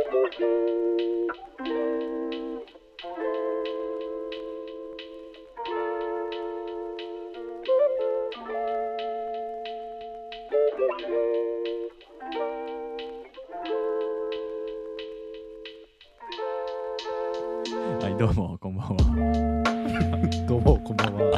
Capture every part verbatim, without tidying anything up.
はい、どうもこんばんは。 どうもこんばんは。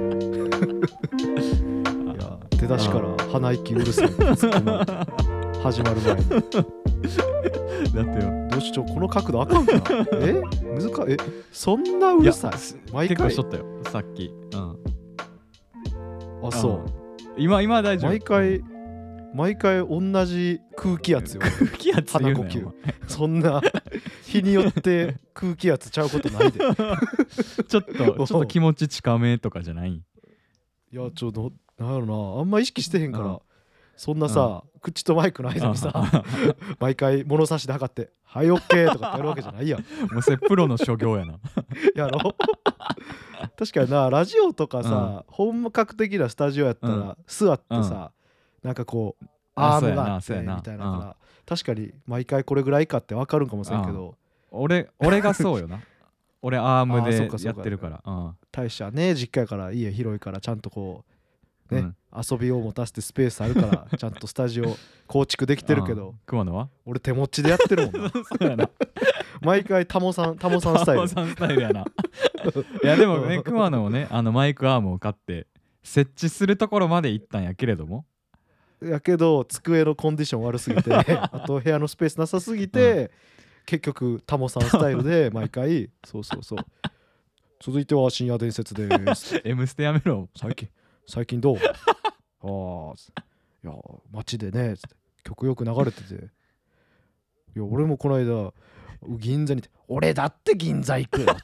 いや、出だしから鼻息うるさいツッコミ始まる前に。 だってよ、 どうしよう、この角度あかんかな。え難しい。えそんなうるさい。毎結構回しとったよさっき。うん。 あ、そう。 今今大丈夫。 毎回毎回同じ空気圧よ。 空気圧言うなよ。 鼻呼吸。そんな日によって空気圧ちゃうことないで。 ちょっとちょっと気持ち近めとかじゃない。 いや、ちょっとなんやろな、あんま意識してへんから、 うん、そんなさ、うん、口とマイクの間にさ毎回物差しで測って「はいオッケー」とかってやるわけじゃないやん。 もうそれプロの所業やな。 やろ確かにな、ラジオとかさ、うん、本格的なスタジオやったら、うん、座ってさ、うん、なんかこうアームがあってみたいなから、うん、確かに毎回これぐらいかって分かるんかもしれんけど、 俺俺がそうよな。俺アームでやってるから。 大社ね、実家やから家広いからちゃんとこうね、うん、遊びを持たせてスペースあるからちゃんとスタジオ構築できてるけど、 熊野は俺手持ちでやってるもんな。そうやな。毎回タモさんタモさんスタイル。 タモさんスタイルやな。いやでもね、熊野もね、あのマイクアームを買って設置するところまで行ったんやけれども、 やけど机のコンディション悪すぎてあと部屋のスペースなさすぎて、うん、結局タモさんスタイルで毎回そうそうそう。続いては深夜伝説です。 M ステやめろ。 最近最近どう？ああ、いや街でね曲よく流れてて、いや俺もこの間銀座にいて、俺だって銀座行くよ。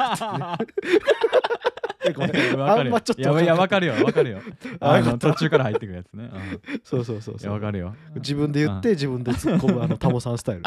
あんまちょっといやいや分かるよ分かるよ。あの途中から入ってくるやつね。 そうそうそうそう。 分かるよ。 自分で言って自分で突っ込むあのタモさんスタイル。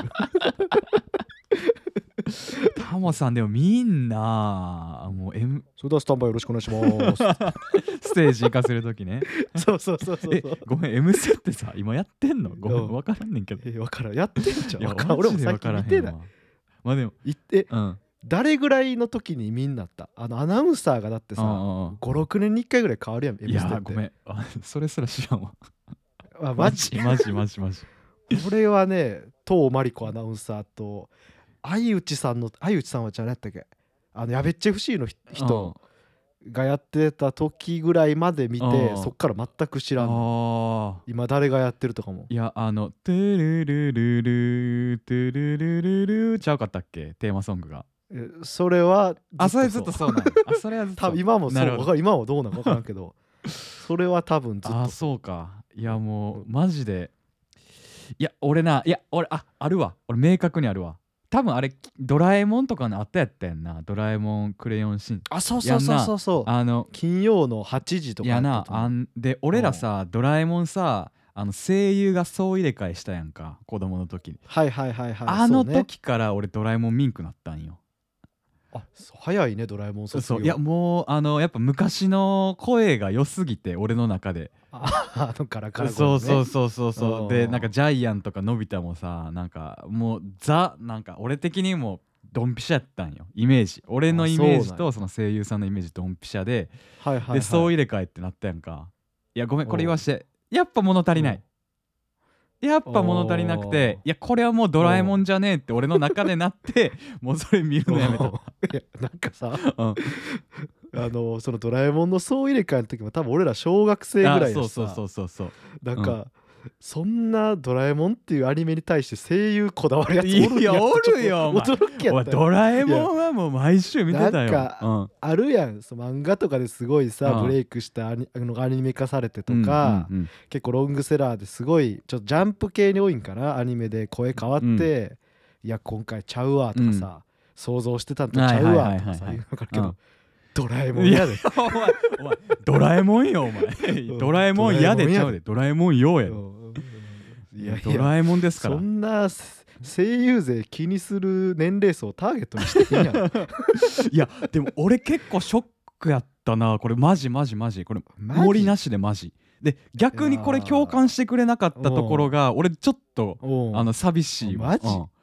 タモさんでもみんなもう M それではスタンバイよろしくお願いします。 ステージ行かせるときね。 そうそうそうそう。 えごめん M ステってさ今やってんの？ごめん分からんねんけど。 え分からん、やってんじゃん。俺も最近見てない。 まあでも言って、うん、誰ぐらいの時にみんなったあのアナウンサーがだってさごろくねんにいっかいぐらい変わるやん。 いやごめんあそれすら知らんわ。 あマジマジマジマジ。 これはね、東真理子アナウンサーと相内さんの相内さんはじゃなかったっけ、あのやべっち エフシー の人がやってた時ぐらいまで見て、そっから全く知らん。今誰がやってるとかも。 いやあのトゥルルルルトゥルルルルちゃうかったっけテーマソングが。 それはあそれずっとそうなの。あそれはずっと今もそう分かる。今はどうなのか分からんけどそれは多分ずっと。 あそうか。いやもうマジでいや俺ないや俺ああるわ俺明確にあるわ。多分あれドラえもんとかのあったやったやんな。ドラえもんクレヨンしん。 あそうそうそうそうそう。 あの金曜のはちじとかやな。あんで俺らさドラえもんさあの声優が総入れ替えしたやんか子供の時に。 はいはいはいはい。 あの時から俺ドラえもんミンクなったんよ。 あ早いねドラえもん卒業。 そういやもうあのやっぱ昔の声が良すぎて俺の中で。 あのカラカラ声ね。 そうそうそうそうそうでなんかジャイアンとかのび太もさなんかもうザなんか俺的にもドンピシャやったんよイメージ。俺のイメージとその声優さんのイメージドンピシャで、 はいはいはい、 で総入れ替えってなったやんか。いやごめんこれ言わしてやっぱ物足りない。やっぱ物足りなくて、いやこれはもうドラえもんじゃねえって俺の中でなってもうそれ見るのやめた。いやなんかさ、うん、あのそのドラえもんの総入れ替えの時も多分俺ら小学生ぐらいやしさ。 そうそうそうそうそうなんか、うん、そんなドラえもんっていうアニメに対して声優こだわるやつおるんや。 いやおるよ驚きやったよ。 ドラえもんはもう毎週見てたよ。 なんか、うん、あるやんその漫画とかですごいさ、うん、ブレイクしたアニのがアニメ化されてとか、うんうんうん、結構ロングセラーですごいちょっとジャンプ系に多いんかな。アニメで声変わって、うん、いや今回ちゃうわとかさ、うん、想像してたんとちゃうわとかさ言うのかるけど、うん、ドラえもんやで。 お前お前ドラえもんよお前ドラえもんやでちゃうでドラえもんよや。いやドラえもんですから。 そんな声優勢気にする年齢層ターゲットにしていいやん。 いやでも俺結構ショックやったなこれマジマジマジこれ森なしでマジで逆にこれ共感してくれなかったところが俺ちょっとあの寂しいわ。 マジ、うん、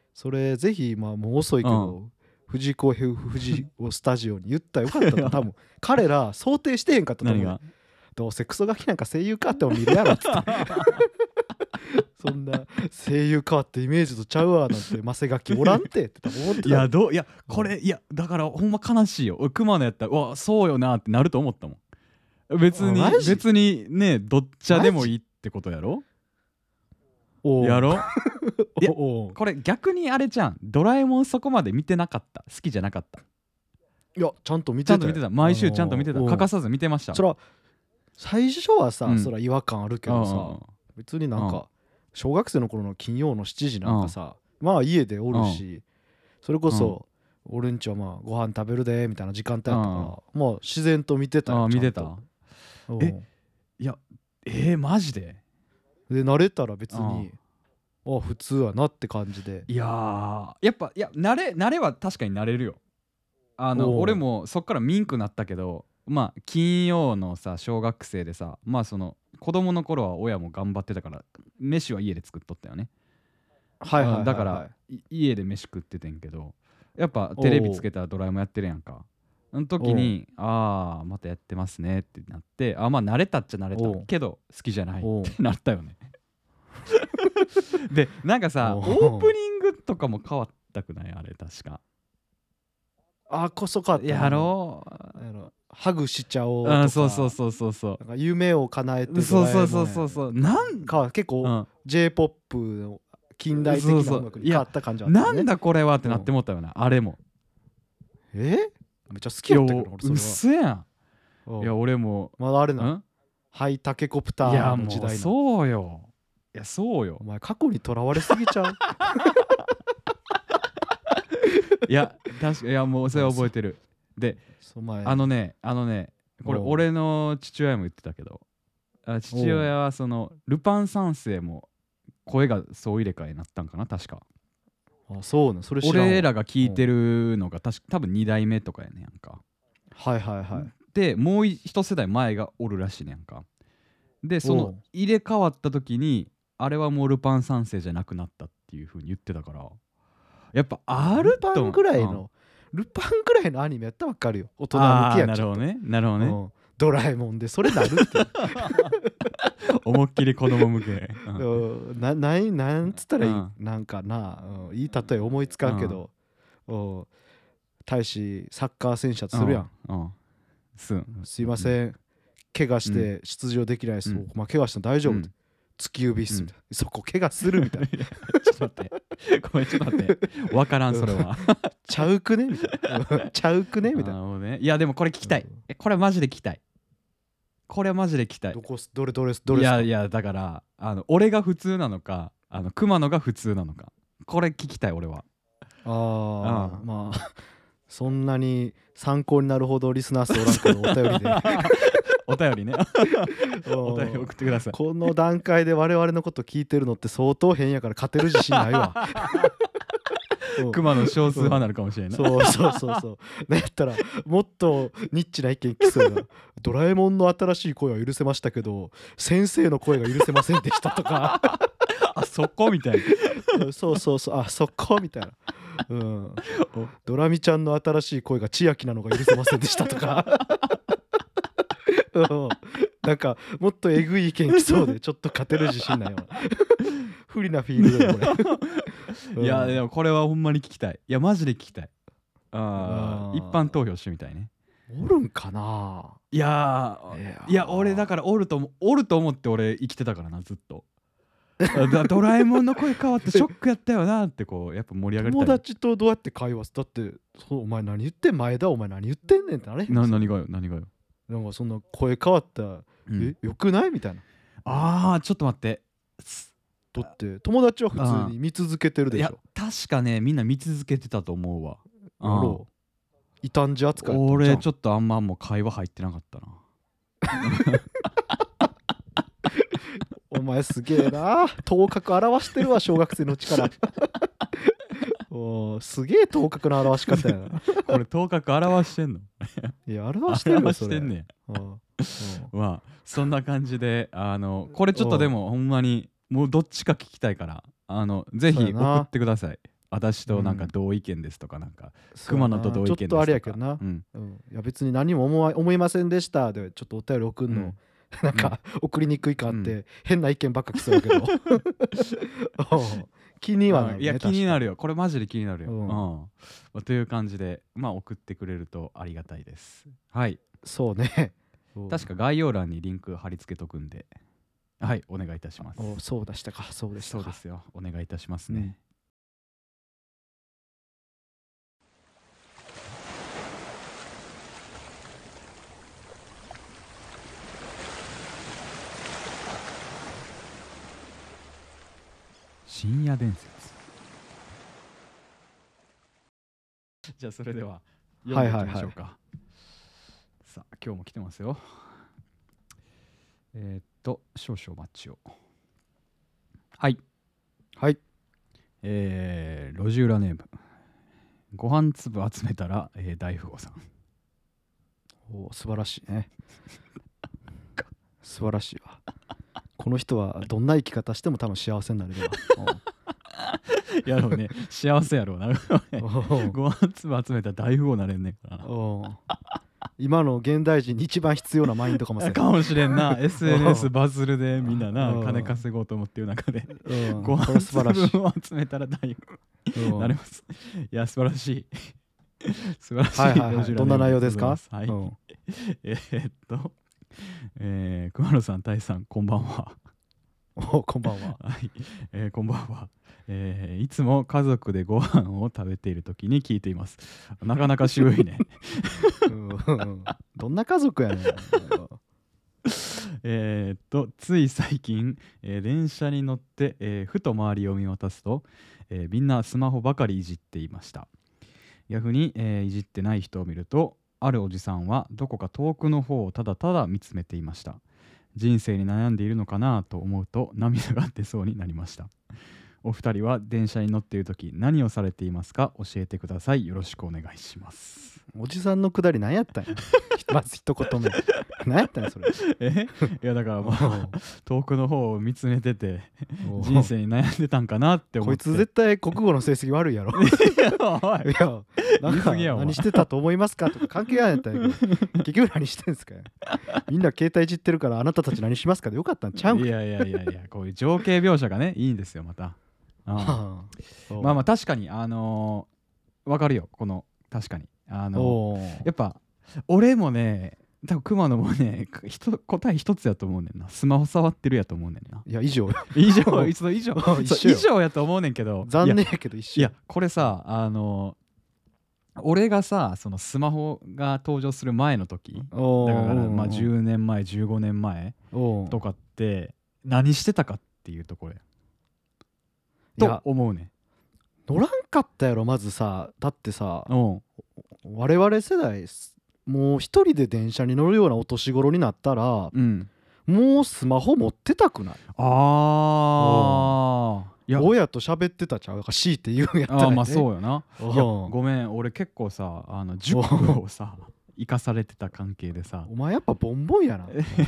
それぜひまあもう遅いけど、藤子 F 不二雄スタジオに言ったらよかったと多分彼ら想定してへんかったと思う。 何がどうせクソガキなんか声優変わっても見るやろっつってそんな声優変わってイメージとちゃうわなんてマセガキおらんてって多分思ってた。 いやどういやこれいやだからほんま悲しいよ。俺熊野やったらうわそうよなってなると思ったもん。別にマジ別にねどっちでもいいってことやろ。 おうやろいやおうこれ逆にあれじゃん。ドラえもんそこまで見てなかった。好きじゃなかった。 いやちゃんと見ちてたよ。 ゃんと見てた。毎週ちゃんと見てた。 あのー欠かさず見てました。 そら最初はさ、 うんそら違和感あるけどさ、別になんうんか小学生の頃の金曜のしちじなんかさ、まあ家でおるし、それこそ俺んちはまあご飯食べるでみたいな時間帯やったから、まあ自然と見てたよ。 ああ見てた。 ちゃんとえいやえー、マジでうんで慣れたら別にあ普通やなって感じで。 いやーやっぱいや慣れ慣れは確かに慣れるよ。あおのう俺もそっからミンクなったけどまあ金曜のさ小学生でさまあその子供の頃は親も頑張ってたから飯は家で作っとったよね。 はいはいはいはい、 うんだからい家で飯食っててんけどやっぱテレビつけたらドラえもんやってるやんか。その時にああまたやってますねってなってあまあ慣れたっちゃ慣れたおうけど好きじゃないおうってなったよね。でなんかさおオうープニングとかも変わったくないあれ確か。 あこそかったな。 やろあのハグしちゃおううとか、 んそうそうそうそうそうなんか夢を叶えてそうそうそうドラえもんそうそうなんか結構、 うん J-ポップ の近代的な音楽に変わった感じあったよね。 なんだこれはってなって思ったよなあれも。 えめっちゃ好きやったけど俺それうっは。 せやん。 うんいや俺もまだあれな、 んハイタケコプタいやもうーの時代な。 そうよ。いやそうよお。前過去にとらわれすぎちゃういや確かいやもうそれは覚えてる。でそう前あのねあのねこれおう俺の父親も言ってたけどあ父親はそのルパン三世も声が総入れ替えになったんかな確か。 あそうねそれ知らんわ。 俺らが聞いてるのが確か多分に代目とかやねんやんか。 はいはいはいでもう一世代前がおるらしいねんやんか。でそのおう入れ替わった時にあれはもうルパン三世じゃなくなったっていう風に言ってたからやっぱあるルパンぐらいのルパンぐらいのアニメやったらわかるよ。大人向ああきやんなるほどねなるほどね。 ちょっとうんドラえもんでそれなるって思いっきり子供向け。うんうんなないなんつったらいい、 うんなんかな、うん、いい例え思いつかんけど、うん大使サッカー選手だとするやん、 うんうんすんすいません怪我して出場できないです、 うんまあ、怪我したら大丈夫、 うん突き指っすみたいな、そこ怪我するみたいなちょっと待ってごめんちょっと待って分からんそれは。 ちゃうくねみたいなちゃうくねみたいな、 なるほどね。いやでもこれ聞きたい。えこれマジで聞きたい。これはマジで聞きたい。 どこすどれどれどれすかいやいやだからあの俺が普通なのかあの熊野が普通なのかこれ聞きたい俺は。 ああうんまあそんなに参考になるほどリスナー数おらんけどお便りでお便りねお便りうん送ってください。 この段階で我々のこと聞いてるのって相当変やから勝てる自信ないわうん熊野少数派なるかもしれんない。 そうそうそうそうなんやったらもっとニッチな意見来そうなドラえもんの新しい声は許せましたけど先生の声が許せませんでしたとかあそこみたいな。 そうそうそうあそこみたいな、うん、ドラミちゃんの新しい声が千秋なのが許せませんでしたとか、うん、なんかもっとえぐい意見来そうでちょっと勝てる自信ないわ不利なフィールドよこれ、 いやでももこれはほんまに聞きたい。いやマジで聞きたい。ああーー一般投票してみたいね。 おるんかないやーいや俺だからおると思おると思って俺生きてたからなずっと。だドラえもんの声変わってショックやったよなってこうやっぱ盛り上がりたい。 友達とどうやって会話すだってそうお前何言ってん前田お前何言ってんねんってなれへんな何がよ何がよ。 なんかそんな声変わった、 うんえよくないみたいなあーちょっと待って。 だって友達は普通に見続けてるでいやしょ確かねみんな見続けてたと思うわ。 やろう異端児扱いやったん俺ちゃちょっとあんまもう会話入ってなかったな。 うお前すげえな頭角表してるわ小学生の力おーすげえ頭角の表し方やなこれ頭角表してんのいや表してるよ表それしてんねうんうんや。まあそんな感じであのこれちょっとでもほんまにもうどっちか聞きたいからあのぜひそうやな送ってください。 私となんか同意見ですとか、なんか熊野と同意見ですとか、 ちょっとあれやけどな、 うんうん、いや別に何も思わ思いませんでしたでちょっとお便り送るの、 うんなんか送りにくいかあって、変な意見ばっか来そうやけど気にはなるね。 いや気になるよ。 よ、これマジで気になるよ、 ううんんまあという感じで、まあ、送ってくれるとありがたいです。はい、 そうね。 確か概要欄にリンク貼り付けとくんで、はい、お願いいたします。 おそうでしたか、そうでしたか。 そうですよ、お願いいたしますね。深夜伝説。じゃあそれでは読んでいきましょうか。さあ今日も来てますよ。えー、っと少々お待ちを。はいはい。 えー、路地裏ネームご飯粒集めたら、えー、大富豪さん。 お素晴らしいね。素晴らしいわ。この人はどんな生き方しても多分幸せになれるわ。 やろうね、幸せやろうな。ご飯粒集めたら大富豪なれんねんからな。 今の現代人に一番必要なマインドかもしれない。 かもしれんな。エスエヌエス バズるでみんなな金稼ごうと思ってる中でご飯粒を集めたら大富豪なれます。いや素晴らしい素晴らしい。 はいはいはい、どんな内容ですか？ はい、うん、えー、っと、えー、熊野さん、大さん、こんばんは。 おこんばんは。 はい、えー、こんばんは。えー、いつも家族でご飯を食べているときに聞いています。なかなか渋いね。 どんな家族やねん。 えーっとつい最近、えー、電車に乗って、えー、ふと周りを見渡すと、えー、みんなスマホばかりいじっていました。逆に、えー、いじってない人を見ると、あるおじさんはどこか遠くの方をただただ見つめていました。人生に悩んでいるのかなと思うと涙が出そうになりました。お二人は電車に乗っているとき何をされていますか？教えてください。よろしくお願いします。 おじさんのくだり何やったんや。まず一言目何やったんやそれ。 えいやだからまあ遠くの方を見つめてて人生に悩んでたんかなって思って。 こいつ絶対国語の成績悪いやろ。いやなんか何してたと思いますかとか関係ないやったんやけど結局何してんすか。みんな携帯いじってるからあなたたち何しますかでよかったんちゃうんか。 いやいやいやいや、こういう情景描写がねいいんですよまた。あまあまあ確かにあのー、分かるよ。この確かにあのー、やっぱ俺もね多分熊野もね答え一つやと思うねんな。スマホ触ってるやと思うねんな。 いや以上以上以上以上以上やと思うねんけど、 残念やけど一緒。 いやこれさあのー、俺がさそのスマホが登場する前の時だからまあじゅうねんまえじゅうごねんまえとかって何してたかっていうところやと思うね。 乗らんかったやろまずさ。だってさ我々世代もう一人で電車に乗るようなお年頃になったら、うん、もうスマホ持ってたくない？ ああいや親と喋ってたちゃうか強いて言うんやったら、ね、 あまあそうよな。いやごめん俺結構さあの塾をさ生かされてた関係でさ。 お前やっぱボンボンやな。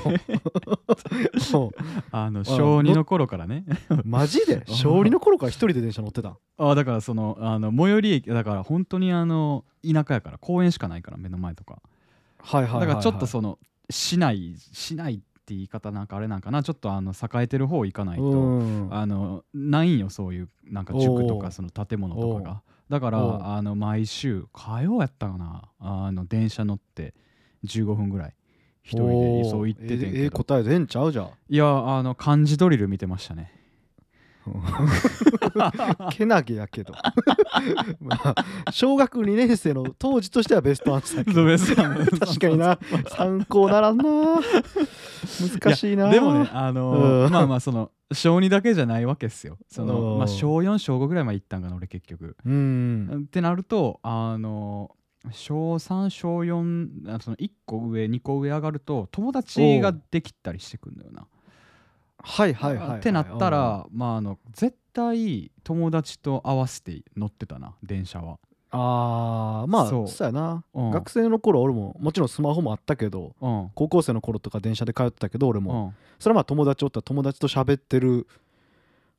あの小にの頃からね。 マジで小にの頃から一人で電車乗ってた。 あだからそのあの最寄り駅だから本当にあの田舎やから公園しかないから目の前とか。 はいはいはいはい、 だからちょっとその市内市内って言い方なんかあれなんかな、ちょっとあの栄えてる方行かないとあのないんよそういうなんか塾とかその建物とかが。だからあの毎週火曜やったかなあの電車乗ってじゅうごふんぐらい一人でそう行っててんけど。 ええ答え出んちゃうじゃん。 いやあの漢字ドリル見てましたね。 けなげやけどまあ小学にねん生の当時としてはベストアンサー。確かにな参考ならんな。難しいな。 いでもねあのー、まあまあその小にだけじゃないわけですよ。そのまあ小よん小ごぐらいまで行ったんかな俺結局。うんってなるとあのー、小さん小よんそのいっこ上にこ上上がると友達ができたりしてくんだよな。 はいはいはい、はい、 ってなったらまああの絶対友達と合わせて乗ってたな電車は。 あーまあそうやな、うん、学生の頃俺ももちろんスマホもあったけど、うん、高校生の頃とか電車で通ってたけど俺も、うん、それはまあ友達おったら友達と喋ってるもう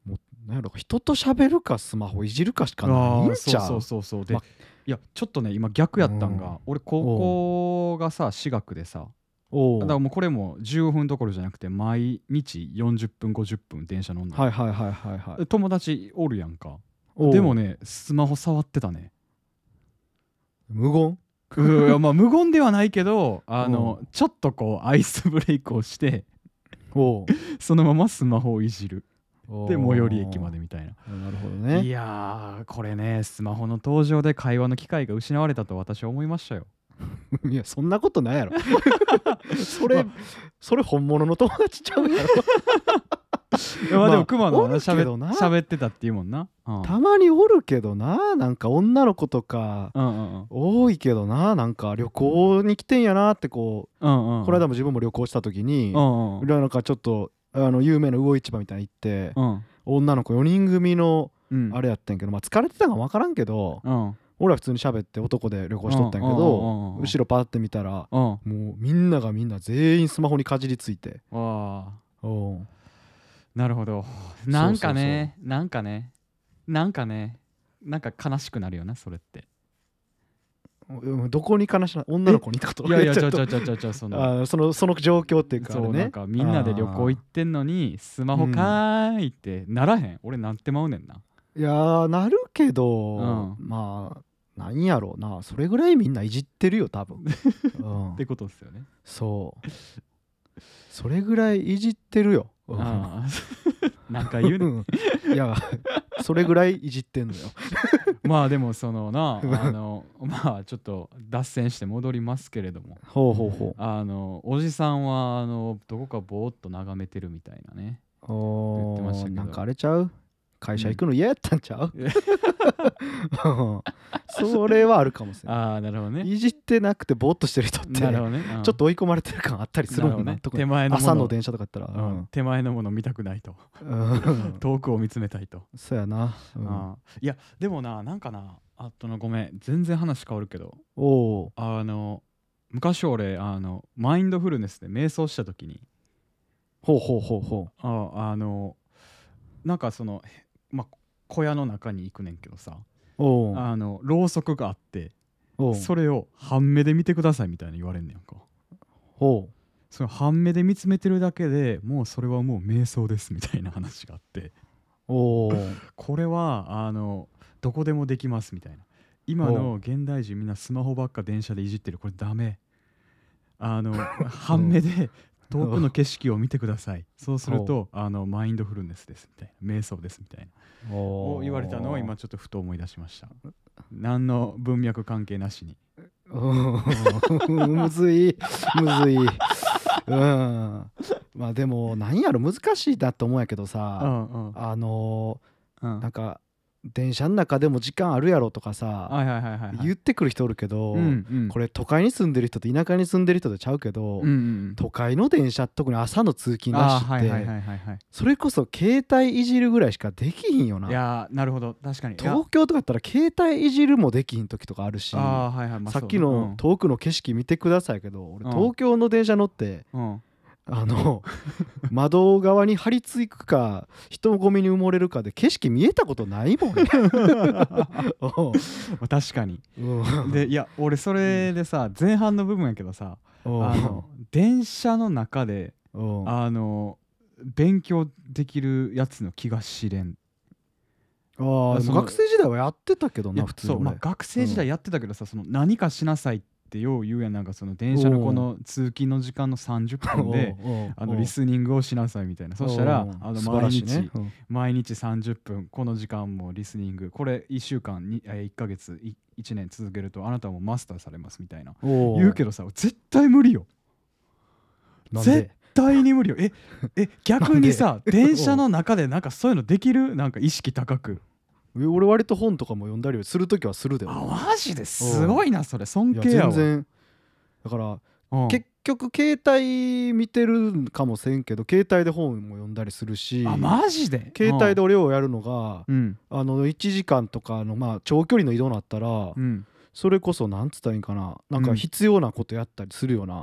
なんやろ人と喋るかスマホいじるかしかないあーんちゃう。 そうそうそうそうで、 まいやちょっとね今逆やったんが、 うん俺高校がさ私学でさ、 おうだからもうこれもじゅうごふんどころじゃなくて毎日よんじゅっぷんごじゅっぷん電車乗んの、 はいはいはいはいはい。 友達おるやんか。 おうでもねスマホ触ってたね。 無言うーまあ無言ではないけどあのちょっとこうアイスブレイクをしておうそのままスマホをいじるおうで最寄り駅までみたいな。 なるほどいね。 やーこれねスマホの登場で会話の機会が失われたと私は思いましたよ。 いやそんなことないやろそれそれ本物の友達ちゃうやろいやまあでも熊野はおるなしゃべけどな喋ってたっていうもんな。うんたまにおるけどな、なんか女の子とかうんうん多いけどな、なんか旅行に来てんやなってこう、 うんうんこの間も自分も旅行した時に、 うんうんなんかちょっとあの有名な魚市場みたいに行って、 うん女の子よにん組のうんあれやってんけど、まあ疲れてたか分からんけど、 うん俺は普通に喋って男で旅行しとったんやけうんうんうんうんど、後ろパッて見たらうんもうみんながみんな全員スマホにかじりついて、 わあおうなるほど。なんかねなんかねなんかねなんか悲しくなるよなそれって。 うんどこに悲しな女の子にってこと？ いやいやちょちょっとちょちょちょちょそのあーそのその状況っていうかあれね、 そうなんかみんなで旅行行ってんのにスマホかーいってならへん。俺なってまうねんな。 いやーなるけど、 うんまあなんやろうな、それぐらいみんないじってるよ多分、うんってことですよね。 そうそれぐらいいじってるよ、うんああなんか言うね。 うんいやそれぐらいいじってんのよまあでもそのなあのまあちょっと脱線して戻りますけれども、 ほうほうほあのおじさんはあのどこかぼーっと眺めてるみたいなね。 うお言ってましたけどーなんかあれちゃう、会社行くの嫌やったんちゃう、 うんうんそれはあるかもしれない。 ああなるほどね。 いじってなくてぼーっとしてる人ってなるほどね。うんちょっと追い込まれてる感あったりするもんな、 なるほどね特に手前のもの朝の電車とかやったら、 ううんん手前のもの見たくないとうん遠くを見つめたいと。 そうやな、うんああいやでもななんかなあとのごめん全然話変わるけど、 おおあの昔俺あのマインドフルネスで瞑想した時にほうほうほうほああのなんかその、へまあ、小屋の中に行くねんけどさ、 うおうあのろうそくがあっておうそれを半目で見てくださいみたいな言われんねんか。 ほその半目で見つめてるだけでもうそれはもう瞑想ですみたいな話があって、 うおうこれはあのどこでもできますみたいな。今の現代人みんなスマホばっか電車でいじってる、これダメ。あの半目で遠くの景色を見てください。そうするとあのマインドフルネスですみたいな、瞑想ですみたいなおを言われたのを今ちょっとふと思い出しました。何の文脈関係なしに。 うんむずいむずいうんまあでもなんやろ難しいなと思うんやけどうさ、 んうんあのうんーなんか電車の中でも時間あるやろとかさはいはいはいはいはい。 言ってくる人おるけど、 うんうんこれ都会に住んでる人と田舎に住んでる人とちゃうけど、 うんうん都会の電車特に朝の通勤ラッあシュってーはいはいはいはいはい。 それこそ携帯いじるぐらいしかできひんよな。 いやーなるほど確かに。いや東京とかだったら携帯いじるもできひん時とかあるし、 あーはいはい、まあさっきそうの遠くの景色見てくださいけど、俺うん東京の電車乗ってうんうんあの窓側に張り付くか人混みに埋もれるかで景色見えたことないもんねおうまあ確かに。 うんでいや俺それでさ前半の部分やけどさおうあの電車の中でおうあの勉強できるやつの気が知れん。 あーでそのも学生時代はやってたけどいやな普通に俺そうまあ、学生時代やってたけどさ、その何かしなさいってよう言うやん。なんかその電車のこの通勤の時間のさんじゅっぷんでおうおうあのリスニングをしなさいみたいな。そしたらおうあの素晴ら毎日、 しいねうん毎日さんじゅっぷんこの時間もリスニングこれいっしゅうかんにえーいっかげついいちねん続けるとあなたもマスターされますみたいなおう言うけどさ絶対無理よ。 なんで絶対に無理よ。ええ逆にさ電車の中でなんかそういうのできるなんか意識高く。 え俺割と本とかも読んだりするときはするであ俺マジですごいなそれ尊いや敬やわ。 全然だからうん結局携帯見てるかもせんけど携帯で本も読んだりするしあマジで携帯で俺をやるのがうんあのいちじかんとかのまあ長距離の移動になったらうんそれこそなんつったらいいんかななんか必要なことやったりするよな。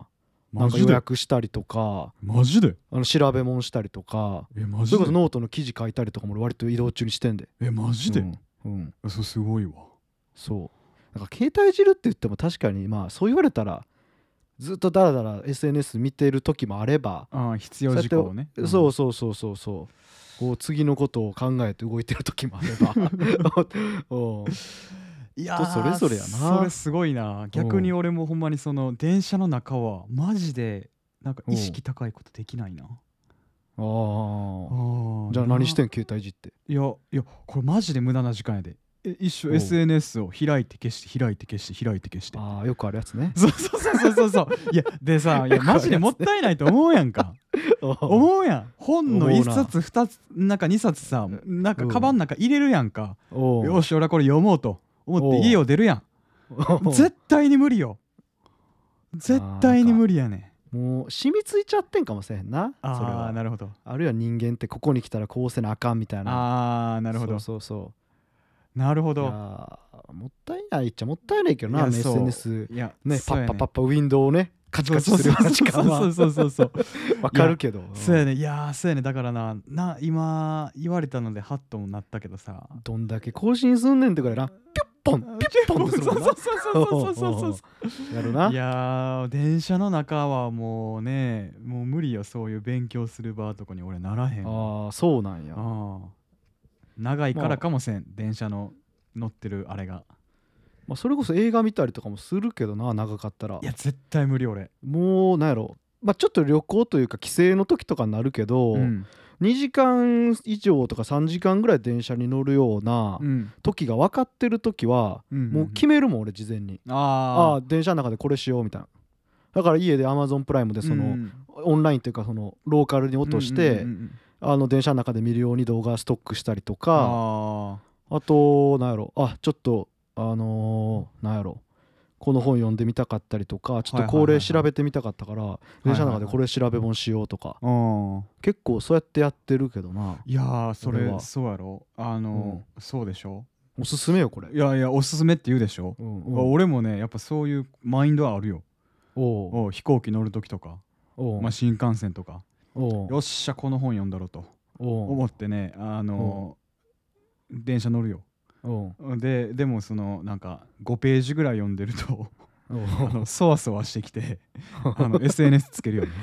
なんか予マジで約したりとかマジであの調べ物したりとかえマジでそれこそノートの記事書いたりとかも俺割と移動中にしてんで。 えマジで、 うん、うん、 そうすごいわ。 そうなんか携帯いじるって言っても確かにまあそう言われたらずっとダラダラ エスエヌエス 見てる時もあればああ必要事項をね。 そうやってそうそうそうそうそうこう次のことを考えて動いてる時もあればおういやー人それぞれやなそれすごいな。逆に俺もほんまにその電車の中はマジでなんか意識高いことできないな。 あああーじゃあ何してなん携帯いじっていやいやこれマジで無駄な時間やで。え一緒おうエスエヌエス を開いて消して開いて消して開いて消して。 ああよくあるやつねそうそうそうそうそうそういやでさいやマジでもったいないと思うやんか。思うやん本のいっさつふたつなんかにさつさなんかカバンの中入れるやんか。 おうよし俺はこれ読もうと思って家を出るやん。 おう絶対に無理よ。絶対に無理やねん。 もう染みついちゃってんかもしれへんなそれああはなるほど。 あるいは人間ってここに来たらこうせなあかんみたいなああなるほど。 そうそうそういなるほど。 やーもったいないっちゃもったいないけどなあのいやそうエスエヌエスいやねそうやねパッパパッパウィンドウをねカチカチするような時間はそうそうそうそうそうわかるけどそうやね。いやーそうやね。だからなな今言われたのでハッともなったけどさどんだけ更新すんねんってくらいなピュッポンピュッポンってするもんなそうそうそうそうそうそうそやるないやー電車の中はもうねもう無理よ。そういう勉強する場とかに俺ならへんわ。 ああそうなんやああ長いからかもせん、電車の乗ってるあれが。 まあそれこそ映画見たりとかもするけどな長かったらいや絶対無理俺。 もうなんやろまあちょっと旅行というか帰省の時とかになるけど、 うんにじかん以上とかさんじかんぐらい電車に乗るようなうん時が分かってる時は、 うんうんうんもう決めるもん俺事前に、あああ電車の中でこれしようみたいな。だから家で Amazon プライムであその、 うんオンラインというかそのローカルに落として、 うんうんうんうんあの電車の中で見るように動画ストックしたりとか、 ああとなんやろあちょっとあのーなんやろこの本読んでみたかったりとかちょっとこれ調べてみたかったから電車の中でこれ調べ物しようとかあうん結構そうやってやってるけどな。 いやーそれ俺はそうやろあのそうでしょ。 おすすめよこれ。 いやいやおすすめって言うでしょ。 うんうん俺もねやっぱそういうマインドはあるよ。 おうおう飛行機乗る時とかおうまあ新幹線とかおうよっしゃこの本読んだろとおう思ってねあの電車乗るよ。 おうででもそのなんかごページぐらい読んでるとおうあのそわそわしてきてあの エスエヌエス つけるよね。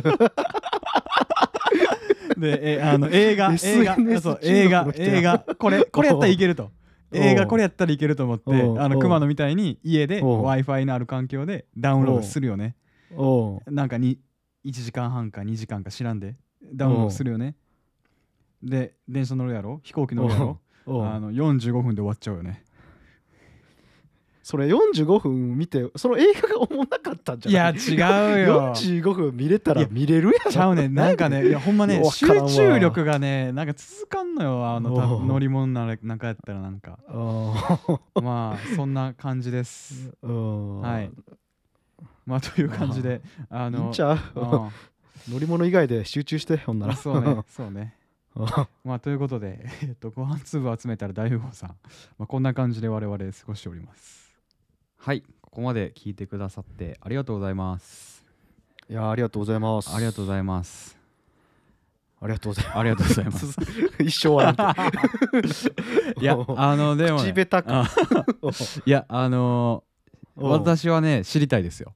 でえあの映画映画エスエヌエスそう映画中毒の人や映画これこれやったらいけるとおう映画これやったらいけると思っておうおうあの熊野みたいに家でおう w i f i のある環境でダウンロードするよね。 おうなんかにいちじかんはんかにじかんか知らんでダウンロードするよね。で電車乗るやろ飛行機乗るやろおうあのよんじゅうごふんで終わっちゃうよね。 それよんじゅうごふん見てその映画がおもんなかったんじいゃないや違うよよんじゅうごふん見れたらいや見れるやろちゃうねんなんかねいやほんまね集わからんわ中力がねなんか続かんのよあのたおう乗り物ならなんかやったらなんかあまあそんな感じですーうんはいまあという感じであのいいんちゃうあ乗り物以外で集中してほんならあそうねそうねあまあということでえっとご飯粒集めたら大富豪さんまあこんな感じで我々過ごしておりますはいここまで聞いてくださってありがとうございますいやありがとうございますありがとうございますありがとうございますありがとうございます一生笑いやあのでも、ね、 口下手かあいやあのー、 おう私はね知りたいですよ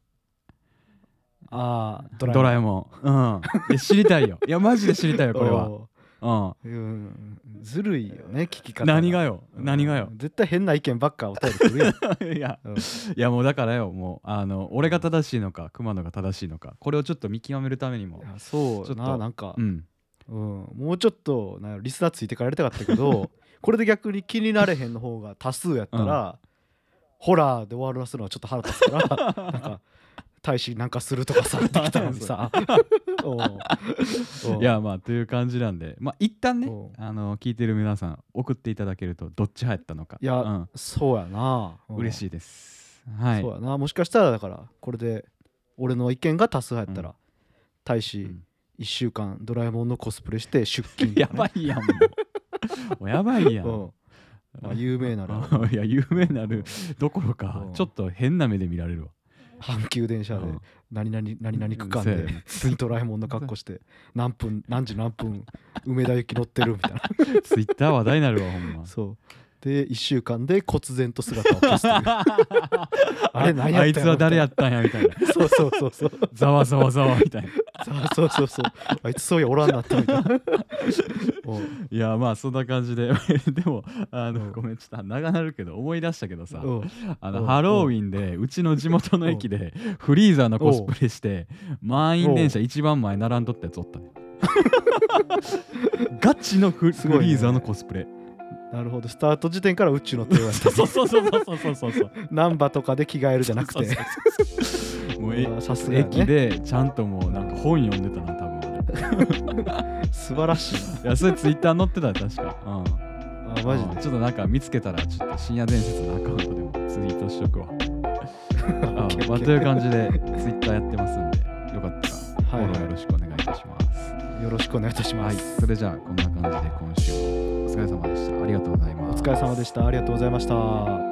ああドラえもんうんいや知りたいよいやマジで知りたいよこれはおうんううんずるいよね聞き方が何がよ何がようん絶対変な意見ばっかお便り来るやんいやうんいやもうだからよもうあの俺が正しいのか熊野が正しいのかこれをちょっと見極めるためにもいやそうちょっとななんかうんうんもうちょっとなんやろリスナーついてからやりたかったけどこれで逆に気になれへんの方が多数やったらホラーで終わらすのはちょっと腹立つからなんか大使なんかするとかさってきたのにさおうおういやまあという感じなんでまあ一旦ねおうあの聞いてる皆さん送っていただけるとどっち派やったのかいや、 うんそうやな、うん嬉しいですはいそうやなもしかしたらだからこれで俺の意見が多数派やったら、 う大使うんいっしゅうかんドラえもんのコスプレして出勤やばいやんもうもうやばいやんうんまあ、有名ならいや有名なるどころかうんちょっと変な目で見られるわ阪急電車でうん何々何々区間でそうやね普通にドラえもんの格好して何分何時何分梅田行き乗ってるみたいなツイッター話題になるわほんま。 そうでいっしゅうかんで忽然と姿を消すというあれ何やったんやろあいつは誰やったんやみたいな。 そうそうそうそうざわざわざわみたいな。 そうそうそうあいつそういやおらんなったみたいなおういやまあそんな感じででもあうんのごめんちょっと長なるけど思い出したけどさ、 おうあうんのハロウィンでうちの地元の駅でフリーザーのコスプレして満員電車一番前並んどったやつおったね。ガチのフすごいねフリーザーのコスプレ。 なるほどスタート時点から宇宙の手をやってそうそうそうそうそうそうそうそう。 ナンバとかで着替えるじゃなくてそうそうそうもうえうわさすがやね駅でちゃんともうなんか本読んでたな多分俺。 素晴らしいいやそれツイッター載ってたよ確か。うんなあマジでうんちょっとなんか見つけたらちょっと深夜伝説のアカウントでもツイートしとくわ。あまあという感じでツイッターやってますんでよかったらフォローよろしくお願いいたします。 よろしくお願いいたしまはい、 す、 それじゃあこんな感じで今週もお疲れ様でした。ありがとうございます。 お疲れ様でしたありがとうございました。